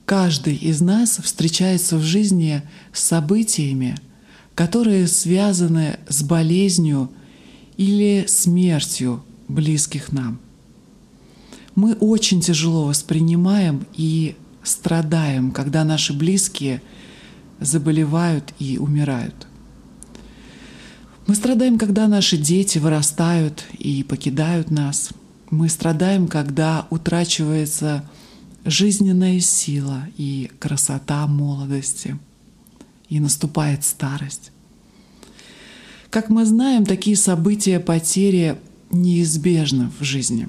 Каждый из нас встречается в жизни с событиями, которые связаны с болезнью или смертью близких нам. Мы очень тяжело воспринимаем и страдаем, когда наши близкие заболевают и умирают. Мы страдаем, когда наши дети вырастают и покидают нас. Мы страдаем, когда утрачивается жизненная сила и красота молодости, и наступает старость. Как мы знаем, такие события потери неизбежны в жизни.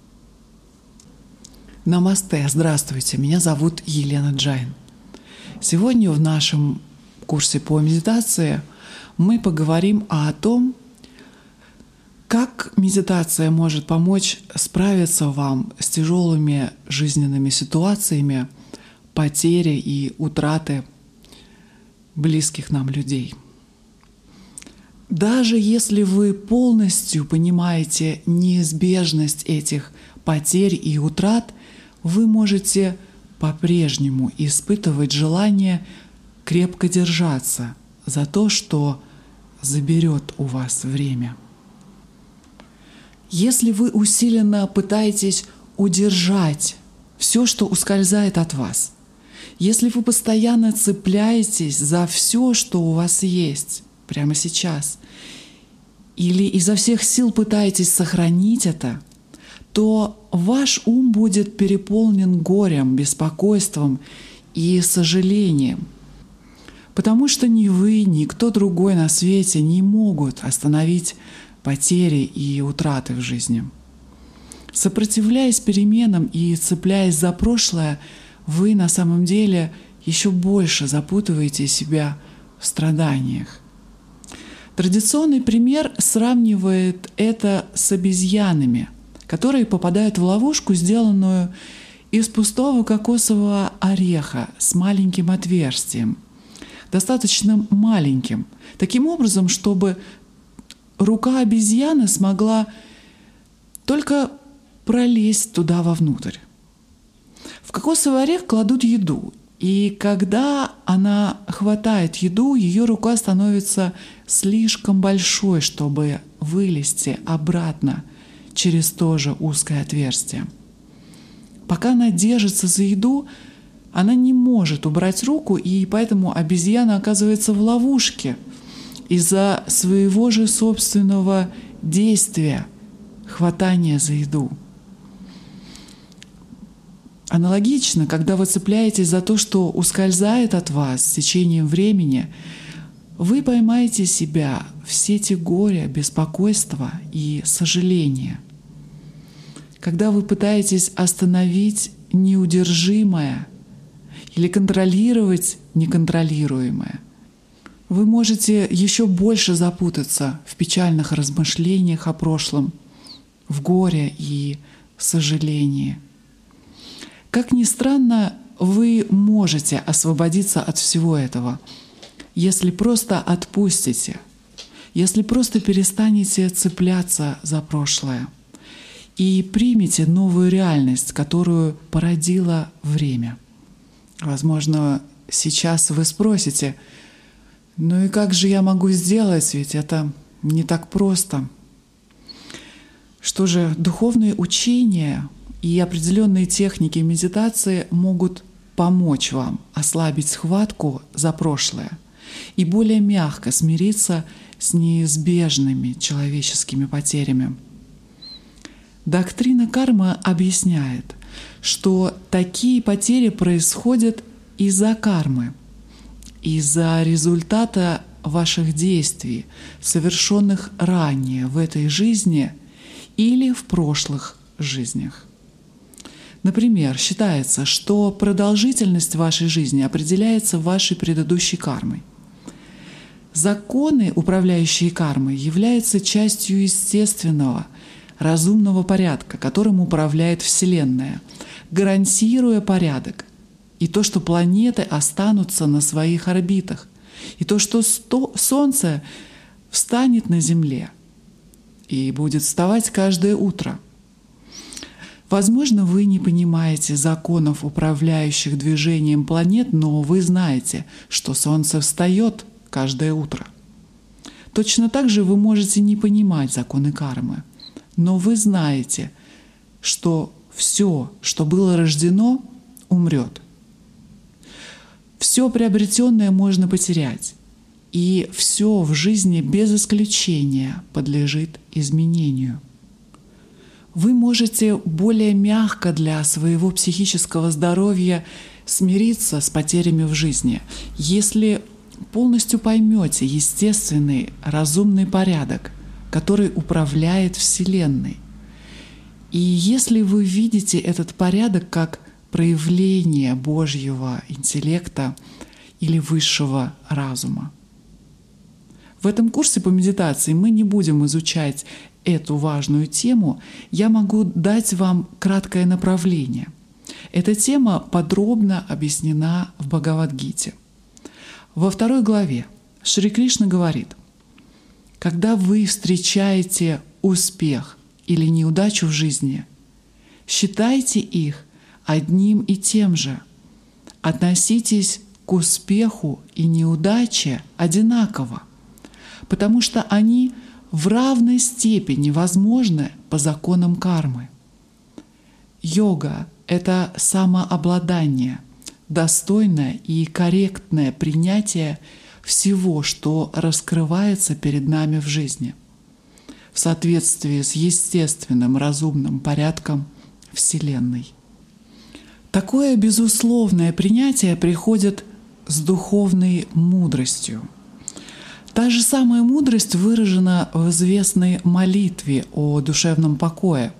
Намасте, здравствуйте, меня зовут Елена Джайн. Сегодня в нашем курсе по медитации мы поговорим о том, как медитация может помочь справиться вам с тяжелыми жизненными ситуациями, потери и утраты близких нам людей. Даже если вы полностью понимаете неизбежность этих потерь и утрат, вы можете по-прежнему испытывать желание крепко держаться за то, что заберет у вас время. Если вы усиленно пытаетесь удержать все, что ускользает от вас, если вы постоянно цепляетесь за все, что у вас есть прямо сейчас, или изо всех сил пытаетесь сохранить это, то ваш ум будет переполнен горем, беспокойством и сожалением, потому что ни вы, ни кто другой на свете не могут остановить потери и утраты в жизни. Сопротивляясь переменам и цепляясь за прошлое, вы на самом деле еще больше запутываете себя в страданиях. Традиционный пример сравнивает это с обезьянами, которые попадают в ловушку, сделанную из пустого кокосового ореха с маленьким отверстием, достаточно маленьким, таким образом, чтобы рука обезьяны смогла только пролезть туда вовнутрь. В кокосовый орех кладут еду, и когда она хватает еду, ее рука становится слишком большой, чтобы вылезти обратно через то же узкое отверстие. Пока она держится за еду, она не может убрать руку, и поэтому обезьяна оказывается в ловушке из-за своего же собственного действия хватания за еду. Аналогично, когда вы цепляетесь за то, что ускользает от вас с течением времени, вы поймаете себя в сети горя, беспокойства и сожаления. Когда вы пытаетесь остановить неудержимое или контролировать неконтролируемое, вы можете еще больше запутаться в печальных размышлениях о прошлом, в горе и сожалении. Как ни странно, вы можете освободиться от всего этого, если просто отпустите, если просто перестанете цепляться за прошлое и примете новую реальность, которую породило время. Возможно, сейчас вы спросите: ну и как же я могу сделать, ведь это не так просто. Что же, духовные учения и определенные техники медитации могут помочь вам ослабить схватку за прошлое и более мягко смириться с неизбежными человеческими потерями. Доктрина кармы объясняет, что такие потери происходят из-за кармы, из-за результата ваших действий, совершенных ранее в этой жизни или в прошлых жизнях. Например, считается, что продолжительность вашей жизни определяется вашей предыдущей кармой. Законы, управляющие кармой, являются частью естественного, разумного порядка, которым управляет Вселенная, гарантируя порядок и то, что планеты останутся на своих орбитах, и то, что Солнце встанет на Земле и будет вставать каждое утро. Возможно, вы не понимаете законов, управляющих движением планет, но вы знаете, что Солнце встает каждое утро. Точно так же вы можете не понимать законы кармы, но вы знаете, что все, что было рождено, умрет. Все приобретенное можно потерять, и все в жизни без исключения подлежит изменению. Вы можете более мягко для своего психического здоровья смириться с потерями в жизни, если полностью поймете естественный, разумный порядок, который управляет Вселенной. И если вы видите этот порядок как проявление Божьего интеллекта или высшего разума. В этом курсе по медитации мы не будем изучать эту важную тему, я могу дать вам краткое направление. Эта тема подробно объяснена в Бхагавад-гите. Во 2 главе Шри Кришна говорит: когда вы встречаете успех или неудачу в жизни, считайте их одним и тем же. Относитесь к успеху и неудаче одинаково, потому что они в равной степени возможны по законам кармы. Йога — это самообладание, достойное и корректное принятие всего, что раскрывается перед нами в жизни, в соответствии с естественным разумным порядком Вселенной. Такое безусловное принятие приходит с духовной мудростью. Та же самая мудрость выражена в известной молитве о душевном покое.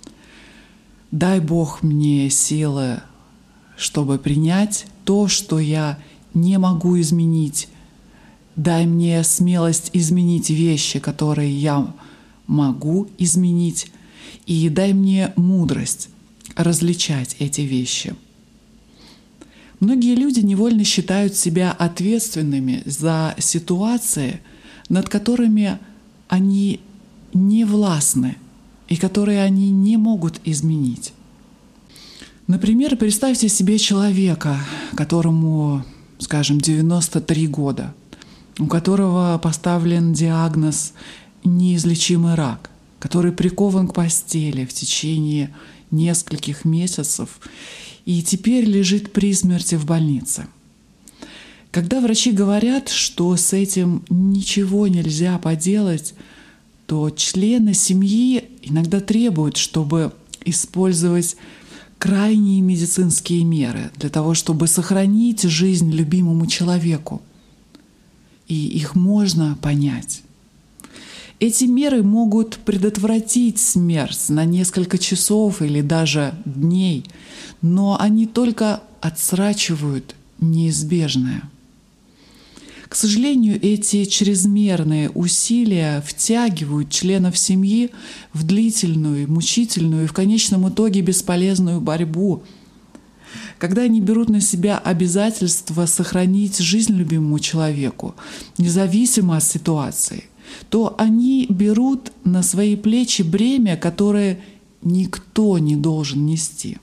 «Дай Бог мне силы, чтобы принять то, что я не могу изменить. Дай мне смелость изменить вещи, которые я могу изменить, и дай мне мудрость различать эти вещи». Многие люди невольно считают себя ответственными за ситуации, над которыми они не властны и которые они не могут изменить. Например, представьте себе человека, которому, скажем, 93 года, у которого поставлен диагноз неизлечимый рак, который прикован к постели в течение нескольких месяцев и теперь лежит при смерти в больнице. Когда врачи говорят, что с этим ничего нельзя поделать, то члены семьи иногда требуют, чтобы использовать крайние медицинские меры для того, чтобы сохранить жизнь любимому человеку. И их можно понять. Эти меры могут предотвратить смерть на несколько часов или даже дней, но они только отсрачивают неизбежное. К сожалению, эти чрезмерные усилия втягивают членов семьи в длительную, мучительную и в конечном итоге бесполезную борьбу. Когда они берут на себя обязательство сохранить жизнь любимому человеку, независимо от ситуации, то они берут на свои плечи бремя, которое никто не должен нести.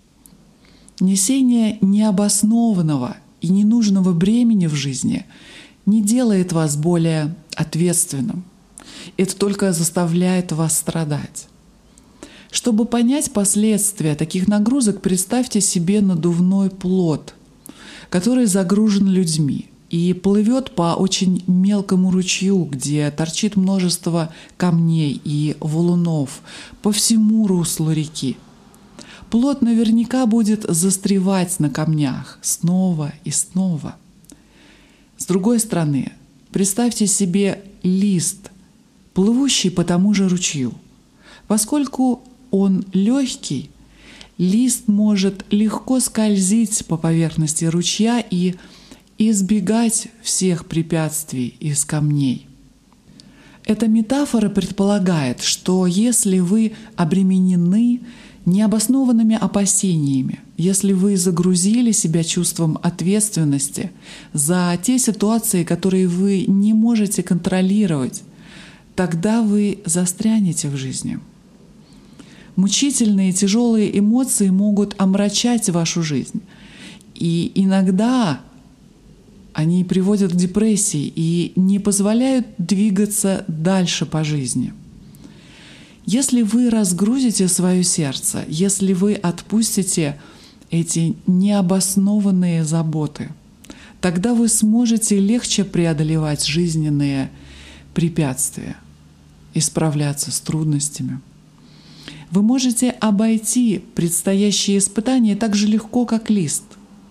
Несение необоснованного и ненужного бремени в жизни не делает вас более ответственным. Это только заставляет вас страдать. Чтобы понять последствия таких нагрузок, представьте себе надувной плот, который загружен людьми и плывет по очень мелкому ручью, где торчит множество камней и валунов по всему руслу реки. Плот наверняка будет застревать на камнях снова и снова. С другой стороны, представьте себе лист, плывущий по тому же ручью. Поскольку он легкий, лист может легко скользить по поверхности ручья и избегать всех препятствий из камней. Эта метафора предполагает, что если вы обременены необоснованными опасениями, если вы загрузили себя чувством ответственности за те ситуации, которые вы не можете контролировать, тогда вы застрянете в жизни. Мучительные, тяжелые эмоции могут омрачать вашу жизнь. И иногда они приводят к депрессии и не позволяют двигаться дальше по жизни. Если вы разгрузите свое сердце, если вы отпустите эти необоснованные заботы, тогда вы сможете легче преодолевать жизненные препятствия и справляться с трудностями. Вы можете обойти предстоящие испытания так же легко, как лист.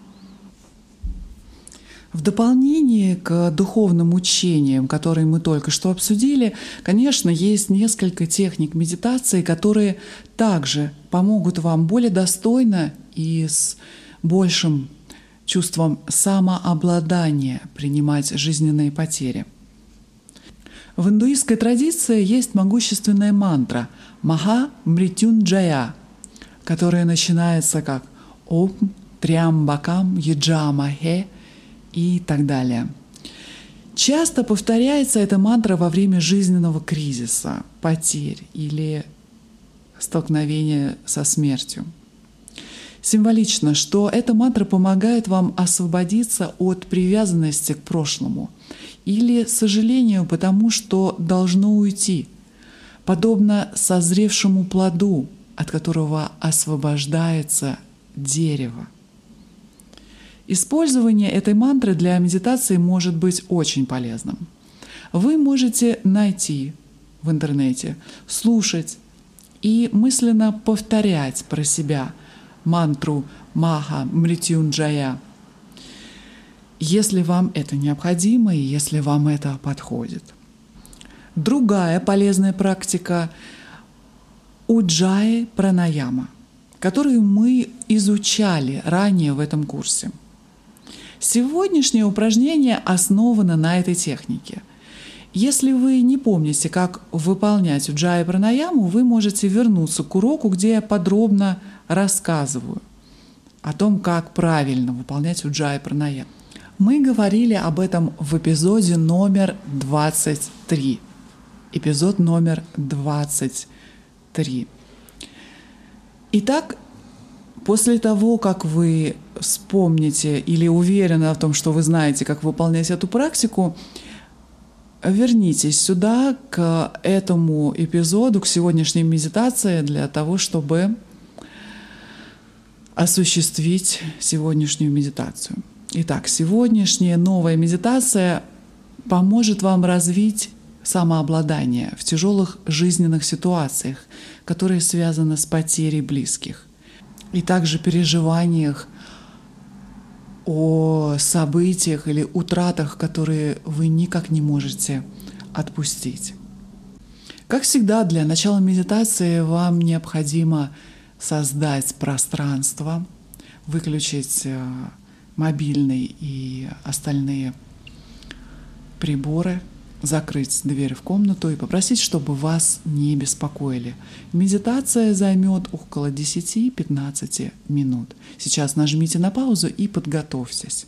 В дополнение к духовным учениям, которые мы только что обсудили, конечно, есть несколько техник медитации, которые также помогут вам более достойно и с большим чувством самообладания принимать жизненные потери. В индуистской традиции есть могущественная мантра «Маха Мритюнджая», которая начинается как «Ом Триамбакам Яджамахе» и так далее. Часто повторяется эта мантра во время жизненного кризиса, потерь или столкновения со смертью. Символично, что эта мантра помогает вам освободиться от привязанности к прошлому или сожалению потому, что должно уйти, подобно созревшему плоду, от которого освобождается дерево. Использование этой мантры для медитации может быть очень полезным. Вы можете найти в интернете, слушать и мысленно повторять про себя мантру Маха Мритюнджая, если вам это необходимо и если вам это подходит. Другая полезная практика — Уджаи Пранаяма, которую мы изучали ранее в этом курсе. Сегодняшнее упражнение основано на этой технике. Если вы не помните, как выполнять Уджаи Пранаяму, вы можете вернуться к уроку, где я подробно рассказываю о том, как правильно выполнять Уджаи Пранаяму. Мы говорили об этом в эпизоде номер 23. Эпизод номер 23. Итак, после того, как вы вспомните или уверены в том, что вы знаете, как выполнять эту практику, вернитесь сюда, к этому эпизоду, к сегодняшней медитации, для того, чтобы осуществить сегодняшнюю медитацию. Итак, сегодняшняя новая медитация поможет вам развить самообладание в тяжелых жизненных ситуациях, которые связаны с потерей близких, и также переживаниях о событиях или утратах, которые вы никак не можете отпустить. Как всегда, для начала медитации вам необходимо создать пространство, выключить мобильный и остальные приборы, закрыть дверь в комнату и попросить, чтобы вас не беспокоили. Медитация займет около 10-15 минут. Сейчас нажмите на паузу и подготовьтесь.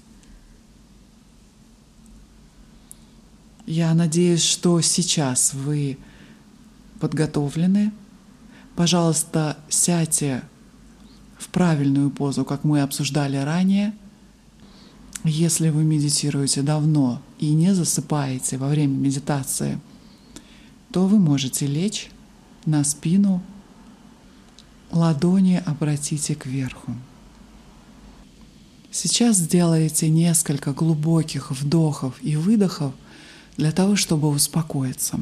Я надеюсь, что сейчас вы подготовлены. Пожалуйста, сядьте в правильную позу, как мы обсуждали ранее. Если вы медитируете давно и не засыпаете во время медитации, то вы можете лечь на спину, ладони обратите кверху. Сейчас сделайте несколько глубоких вдохов и выдохов для того, чтобы успокоиться.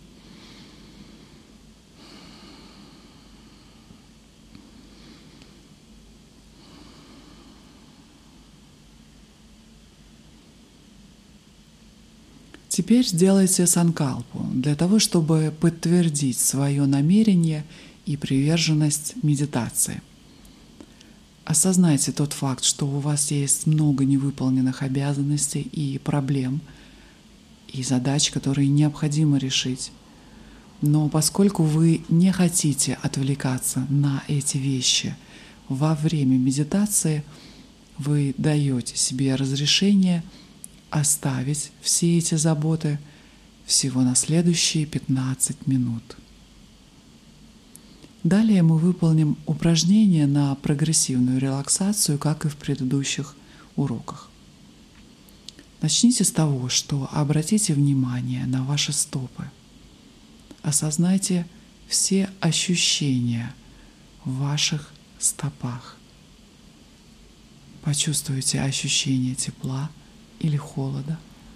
Теперь сделайте санкалпу для того, чтобы подтвердить свое намерение и приверженность медитации. Осознайте тот факт, что у вас есть много невыполненных обязанностей и проблем, и задач, которые необходимо решить. Но поскольку вы не хотите отвлекаться на эти вещи во время медитации, вы даете себе разрешение оставить все эти заботы всего на следующие 15 минут. Далее мы выполним упражнение на прогрессивную релаксацию, как и в предыдущих уроках. Начните с того, что обратите внимание на ваши стопы. Осознайте все ощущения в ваших стопах. Почувствуйте ощущение тепла или холода.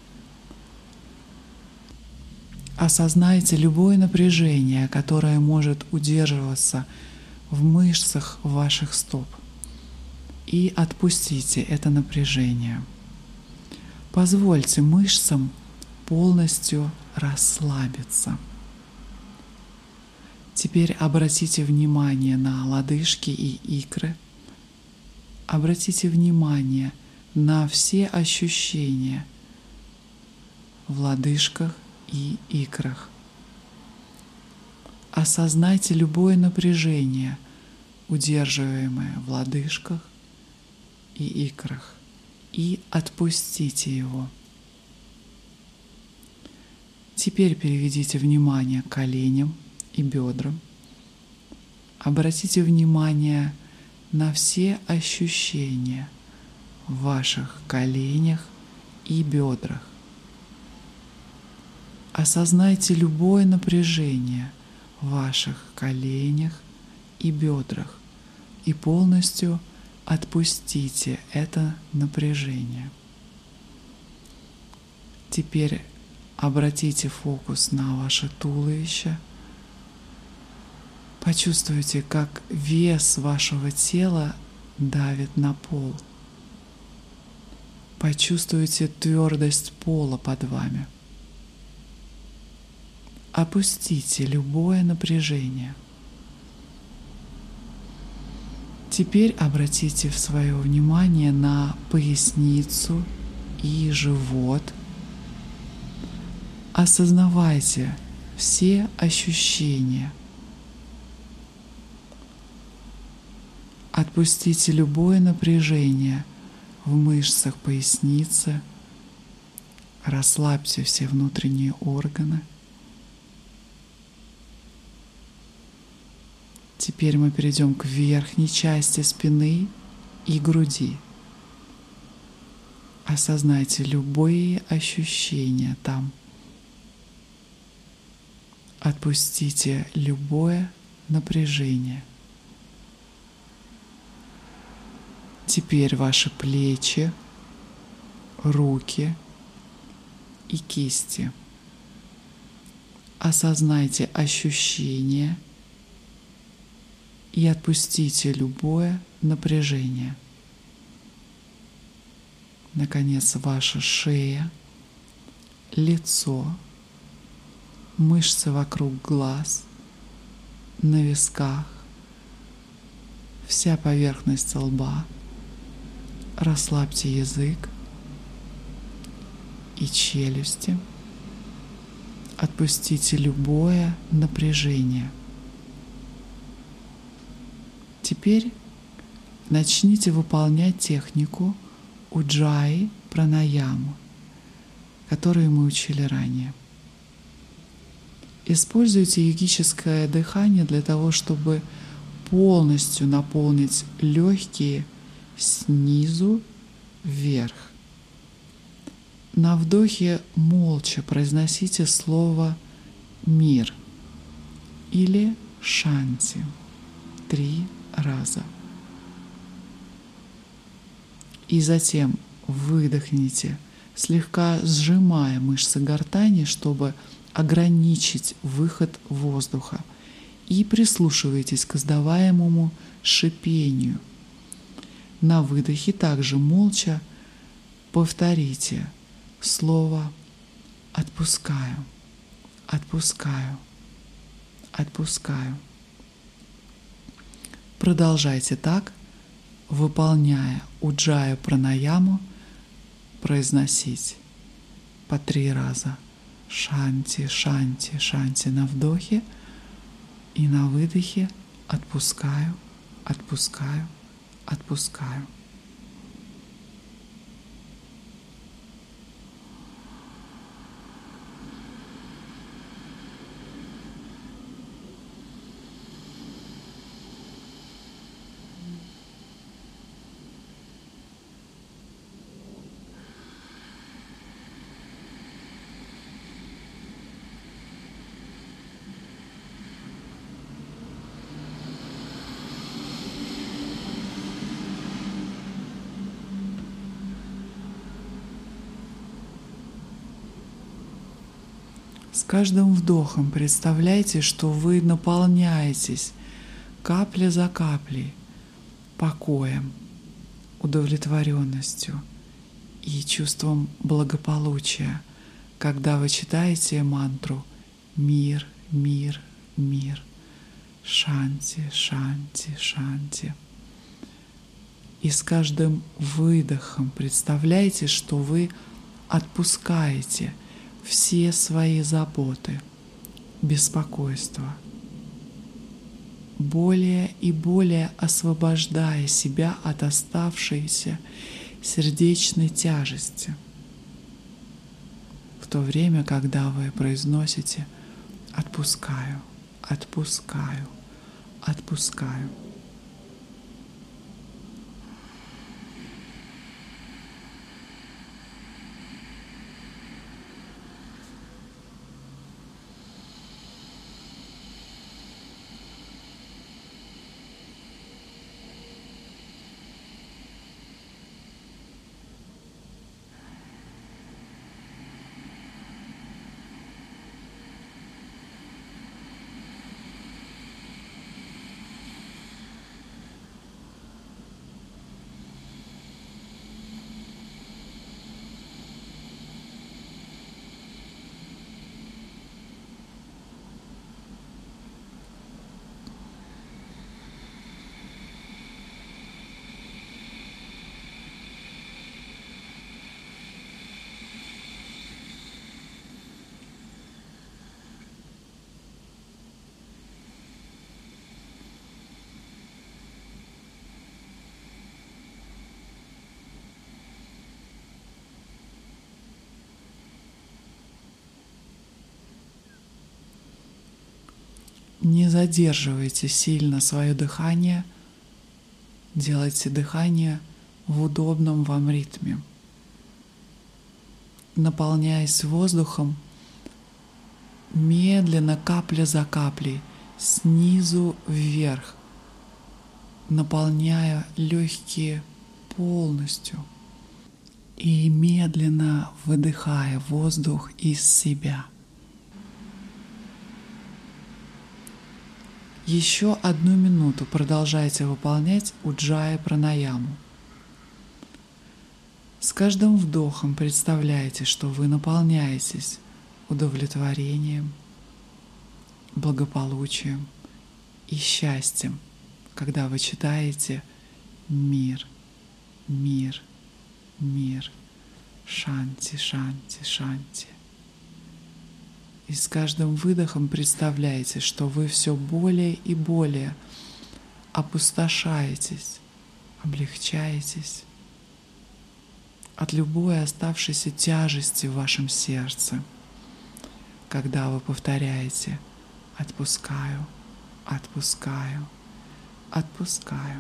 Осознайте любое напряжение, которое может удерживаться в мышцах ваших стоп, и отпустите это напряжение. Позвольте мышцам полностью расслабиться. Теперь обратите внимание на лодыжки и икры. Обратите внимание на все ощущения в лодыжках и икрах. Осознайте любое напряжение, удерживаемое в лодыжках и икрах, и отпустите его. Теперь переведите внимание к коленям и бедрам. Обратите внимание на все ощущения в ваших коленях и бедрах. Осознайте любое напряжение в ваших коленях и бедрах и полностью отпустите это напряжение. Теперь обратите фокус на ваше туловище. Почувствуйте, как вес вашего тела давит на пол. Почувствуйте твердость пола под вами. Опустите любое напряжение. Теперь обратите свое внимание на поясницу и живот. Осознавайте все ощущения. Отпустите любое напряжение в мышцах поясницы. Расслабьте все внутренние органы. Теперь мы перейдем к верхней части спины и груди. Осознайте любые ощущения там. Отпустите любое напряжение. Теперь ваши плечи, руки и кисти. Осознайте ощущения и отпустите любое напряжение. Наконец, ваша шея, лицо, мышцы вокруг глаз, на висках, вся поверхность лба. Расслабьте язык и челюсти. Отпустите любое напряжение. Теперь начните выполнять технику уджаи пранаяму, которую мы учили ранее. Используйте йогическое дыхание для того, чтобы полностью наполнить легкие снизу вверх. На вдохе молча произносите слово «мир» или «шанти» 3 раза. И затем выдохните, слегка сжимая мышцы гортани, чтобы ограничить выход воздуха. И прислушивайтесь к издаваемому шипению. На выдохе также молча повторите слово «отпускаю», «отпускаю», «отпускаю». Продолжайте так, выполняя уджаю пранаяму, произносить по 3 раза шанти, шанти, шанти на вдохе и на выдохе отпускаю, отпускаю, отпускаю. каждым вдохом представляйте, что вы наполняетесь капля за каплей покоем, удовлетворенностью и чувством благополучия, когда вы читаете мантру «Мир, мир, мир», «Шанти, шанти, шанти». И с каждым выдохом представляйте, что вы отпускаете все свои заботы, беспокойства, более и более освобождая себя от оставшейся сердечной тяжести, в то время, когда вы произносите «отпускаю, отпускаю, отпускаю». Не задерживайте сильно свое дыхание, делайте дыхание в удобном вам ритме. Наполняясь воздухом, медленно, капля за каплей, снизу вверх, наполняя легкие полностью и медленно выдыхая воздух из себя. Еще 1 минуту продолжайте выполнять уджая пранаяму. С каждым вдохом представляйте, что вы наполняетесь удовлетворением, благополучием и счастьем, когда вы читаете «Мир, мир, мир, шанти, шанти, шанти». И с каждым выдохом представляете, что вы все более и более опустошаетесь, облегчаетесь от любой оставшейся тяжести в вашем сердце, когда вы повторяете «отпускаю, отпускаю, отпускаю».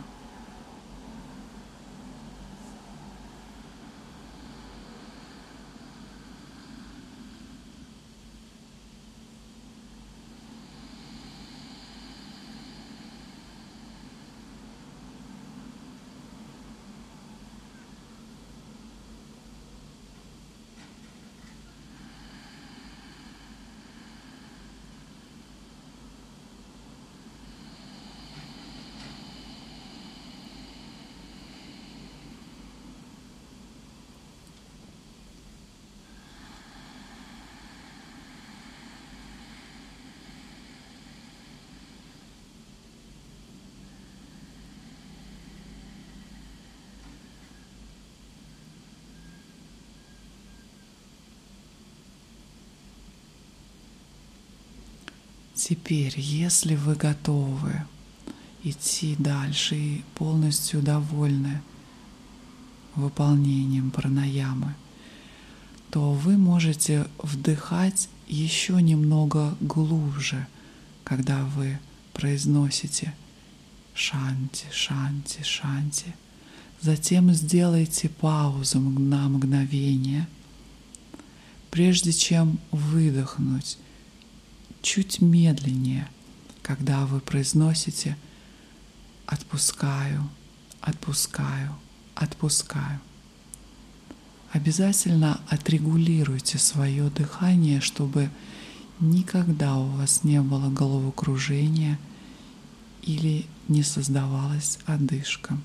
Теперь, если вы готовы идти дальше и полностью довольны выполнением пранаямы, то вы можете вдыхать еще немного глубже, когда вы произносите «шанти, шанти, шанти». Затем сделайте паузу на мгновение, прежде чем выдохнуть чуть медленнее, когда вы произносите «отпускаю, отпускаю, отпускаю». Обязательно отрегулируйте свое дыхание, чтобы никогда у вас не было головокружения или не создавалась одышка.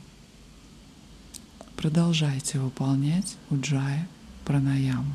Продолжайте выполнять уджая пранаяму.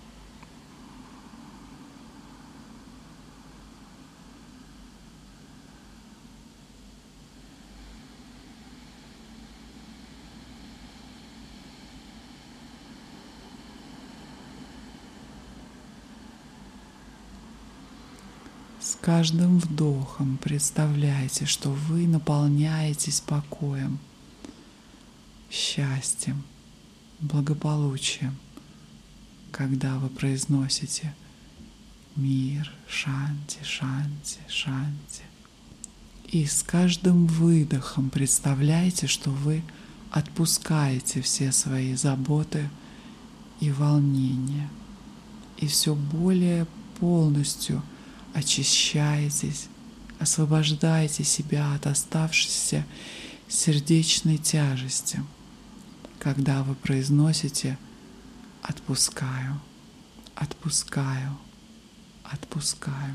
С каждым вдохом представляйте, что вы наполняетесь покоем, счастьем, благополучием, когда вы произносите мир, шанти, шанти, шанти. И с каждым выдохом представляйте, что вы отпускаете все свои заботы и волнения, и все более полностью очищаетесь, освобождаете себя от оставшейся сердечной тяжести, когда вы произносите «отпускаю, отпускаю, отпускаю».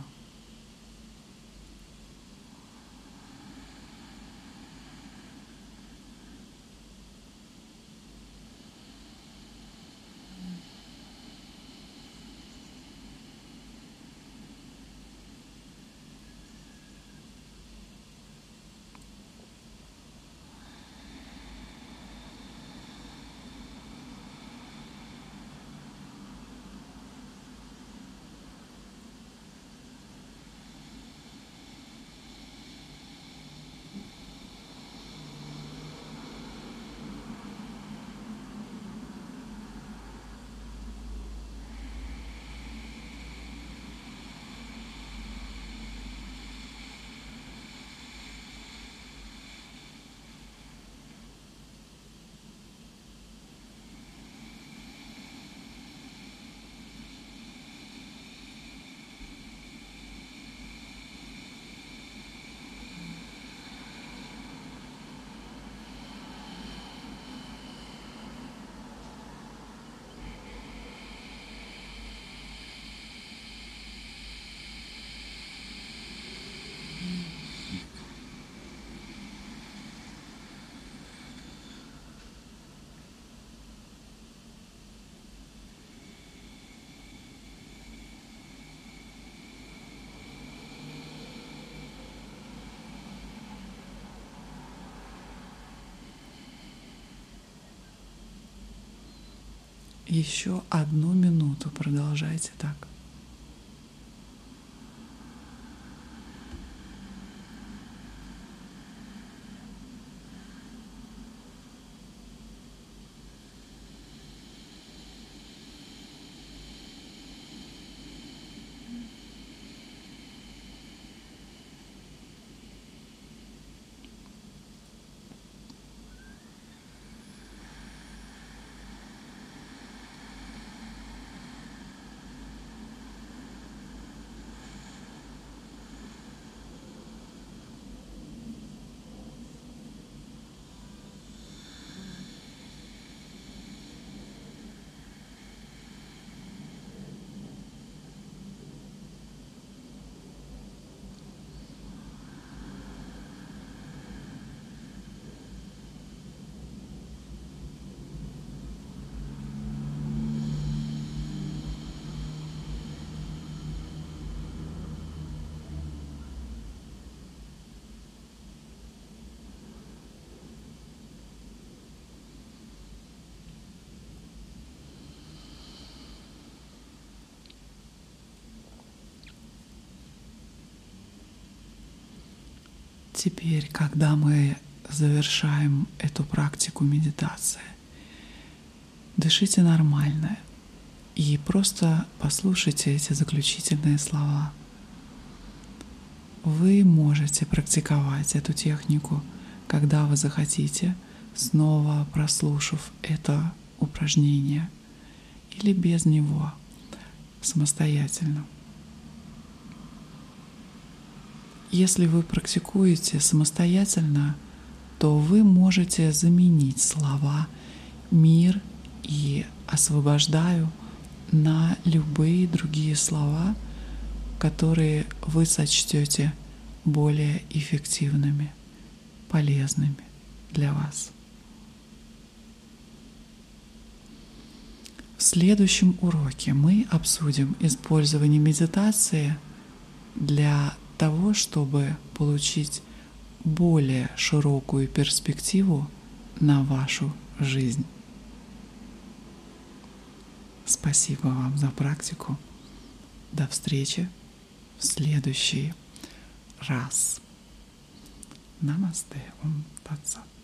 Еще 1 минуту продолжайте так. Теперь, когда мы завершаем эту практику медитации, дышите нормально и просто послушайте эти заключительные слова. Вы можете практиковать эту технику, когда вы захотите, снова прослушав это упражнение, или без него, самостоятельно. Если вы практикуете самостоятельно, то вы можете заменить слова «мир» и «освобождаю» на любые другие слова, которые вы сочтете более эффективными, полезными для вас. В следующем уроке мы обсудим использование медитации для того, чтобы получить более широкую перспективу на вашу жизнь. Спасибо вам за практику. До встречи в следующий раз. Намасте. Ом Тат Сат.